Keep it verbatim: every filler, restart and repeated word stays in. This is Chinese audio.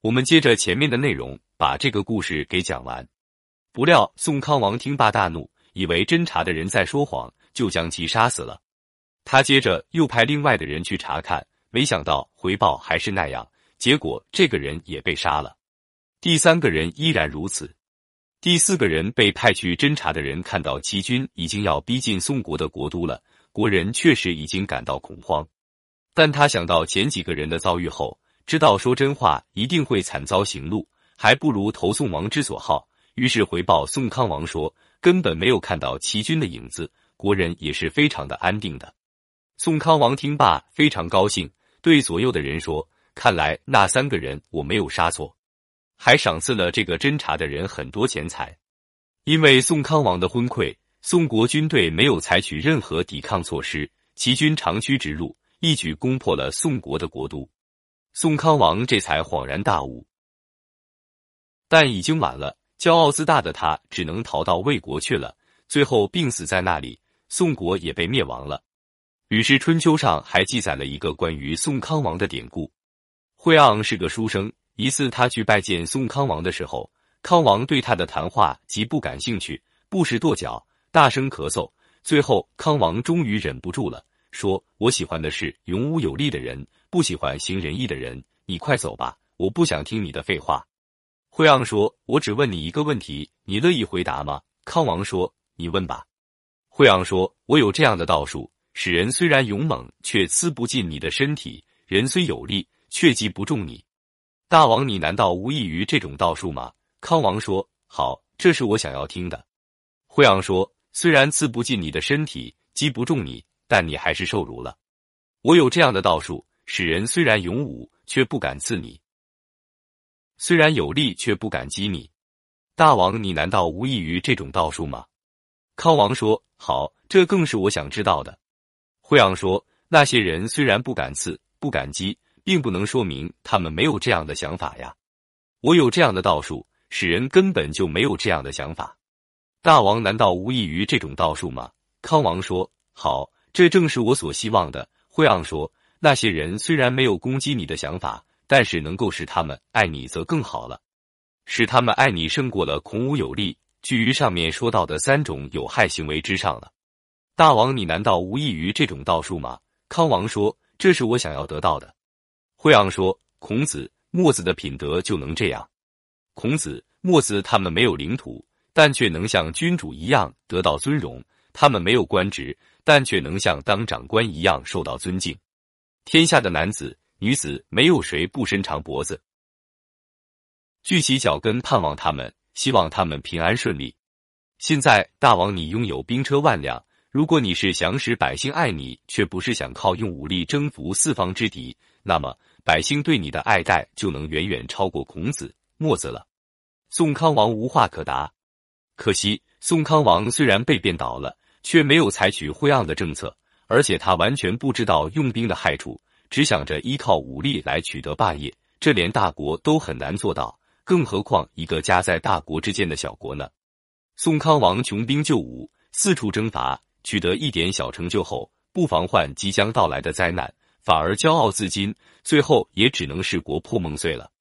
我们接着前面的内容，把这个故事给讲完。不料宋康王听罢大怒，以为侦查的人在说谎，就将其杀死了。他接着又派另外的人去查看，没想到回报还是那样，结果这个人也被杀了。第三个人依然如此。第四个人被派去侦查的人看到齐军已经要逼近宋国的国都了，国人确实已经感到恐慌。但他想到前几个人的遭遇后，知道说真话一定会惨遭刑戮，还不如投宋王之所好，于是回报宋康王说，根本没有看到齐军的影子，国人也是非常的安定的。宋康王听罢非常高兴，对左右的人说，看来那三个人我没有杀错，还赏赐了这个侦查的人很多钱财。因为宋康王的昏聩，宋国军队没有采取任何抵抗措施，齐军长驱直入，一举攻破了宋国的国都。宋康王这才恍然大悟，但已经晚了，骄傲自大的他只能逃到魏国去了，最后病死在那里，宋国也被灭亡了。《吕氏春秋》上还记载了一个关于宋康王的典故。惠盎是个书生，一次他去拜见宋康王的时候，康王对他的谈话极不感兴趣，不时跺脚，大声咳嗽。最后康王终于忍不住了，说，我喜欢的是勇武有力的人，不喜欢行仁义的人，你快走吧，我不想听你的废话。惠盎说，我只问你一个问题，你乐意回答吗？康王说，你问吧。惠盎说，我有这样的道术，使人虽然勇猛，却刺不进你的身体，人虽有力，却击不中你。大王，你难道无异于这种道术吗？康王说，好，这是我想要听的。惠盎说，虽然刺不进你的身体，击不中你，但你还是受辱了。我有这样的道术，使人虽然勇武，却不敢刺你，虽然有力，却不敢击你。大王，你难道无异于这种道术吗？康王说，好，这更是我想知道的。惠盎说，那些人虽然不敢刺，不敢击，并不能说明他们没有这样的想法呀。我有这样的道术，使人根本就没有这样的想法。大王难道无异于这种道术吗？康王说，好，这正是我所希望的。惠盎说，那些人虽然没有攻击你的想法，但是能够使他们爱你则更好了，使他们爱你胜过了孔武有力，居于上面说到的三种有害行为之上了。大王，你难道无异于这种道术吗？康王说，这是我想要得到的。惠盎说，孔子、墨子的品德就能这样。孔子、墨子他们没有领土，但却能像君主一样得到尊荣，他们没有官职，但却能像当长官一样受到尊敬。天下的男子、女子没有谁不伸长脖子，聚起脚跟盼望他们，希望他们平安顺利。现在大王，你拥有兵车万辆，如果你是想使百姓爱你，却不是想靠用武力征服四方之敌，那么百姓对你的爱戴就能远远超过孔子、墨子了。宋康王无话可答。可惜宋康王虽然被变倒了，却没有采取惠盎的政策，而且他完全不知道用兵的害处，只想着依靠武力来取得霸业，这连大国都很难做到，更何况一个夹在大国之间的小国呢？宋康王穷兵黩武，四处征伐，取得一点小成就后，不防患即将到来的灾难，反而骄傲自矜，最后也只能是国破梦碎了。